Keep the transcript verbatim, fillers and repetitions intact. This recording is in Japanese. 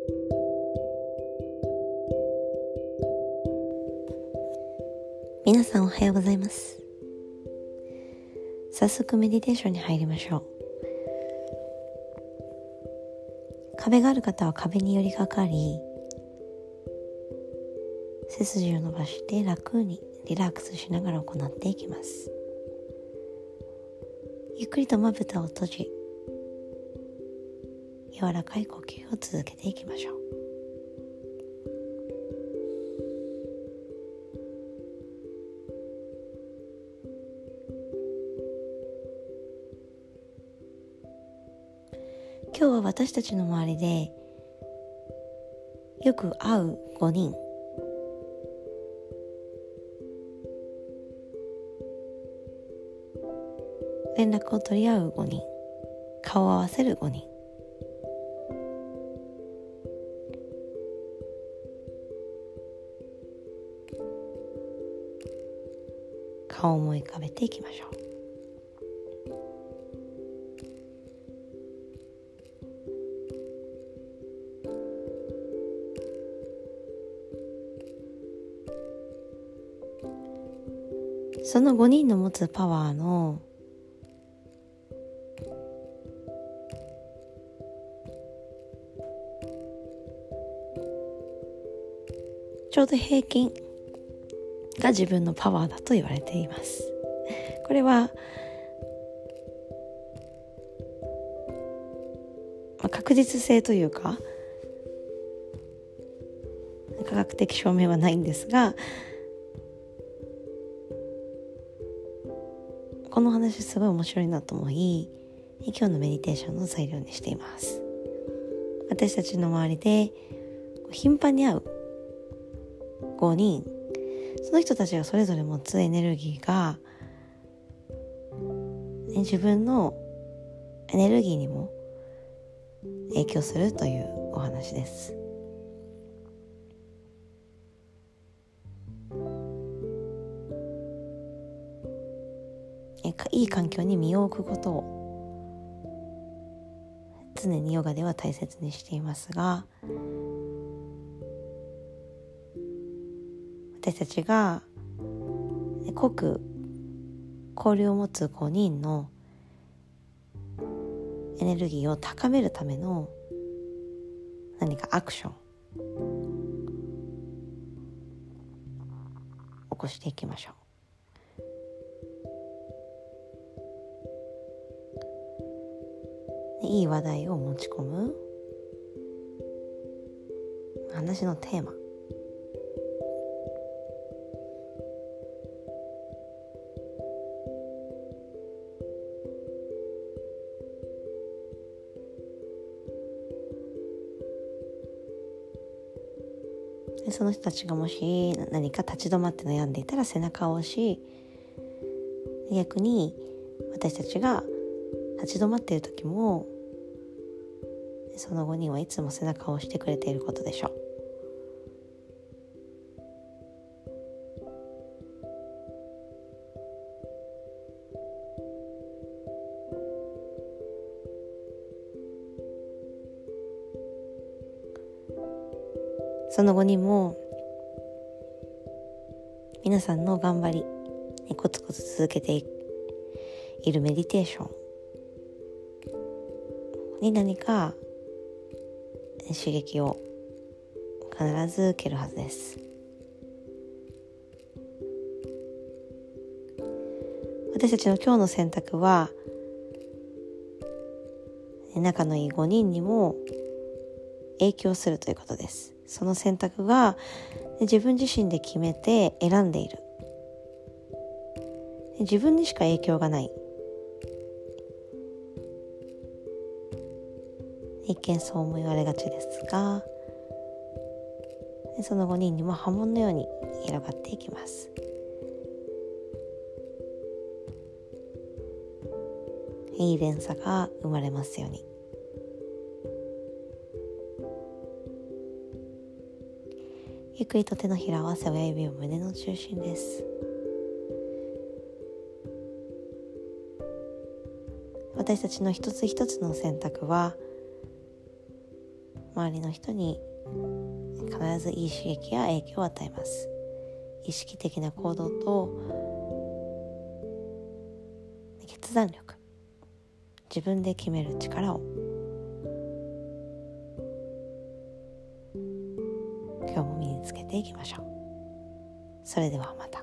皆さんおはようございます。早速メディテーションに入りましょう。壁がある方は壁に寄りかかり、背筋を伸ばして楽にリラックスしながら行っていきます。ゆっくりとまぶたを閉じ、柔らかい呼吸を続けていきましょう。今日は私たちの周りでよく会うごにん、連絡を取り合うごにん、顔を合わせるごにん、顔を思い浮かべていきましょう。そのごにんの持つパワーのちょうど平均が自分のパワーだと言われています。これは、まあ、確実性というか科学的証明はないんですが、この話すごい面白いなと思い、今日のメディテーションの材料にしています。私たちの周りで頻繁に会うごにん、その人たちがそれぞれ持つエネルギーが、ね、自分のエネルギーにも影響するというお話です。いい環境に身を置くことを常にヨガでは大切にしていますが、私たちが濃く交流を持つごにんのエネルギーを高めるための何かアクションを起こしていきましょう。いい話題を持ち込む、話のテーマ、その人たちがもし何か立ち止まって悩んでいたら背中を押し、逆に私たちが立ち止まっている時もそのごにんはいつも背中を押してくれていることでしょう。そのごにんも皆さんの頑張り、コツコツ続けているメディテーションに何か刺激を必ず受けるはずです。私たちの今日の選択は、仲のいいごにんにも影響するということです。その選択が自分自身で決めて選んでいる。自分にしか影響がない。一見そう思いわれがちですが、そのごにんにも波紋のように広がっていきます。いい連鎖が生まれますように。ゆっくりと手のひらを合わせ、親指を胸の中心です。私たちの一つ一つの選択は周りの人に必ずいい刺激や影響を与えます。意識的な行動と決断力、自分で決める力を今日も身につけていきましょう。それではまた。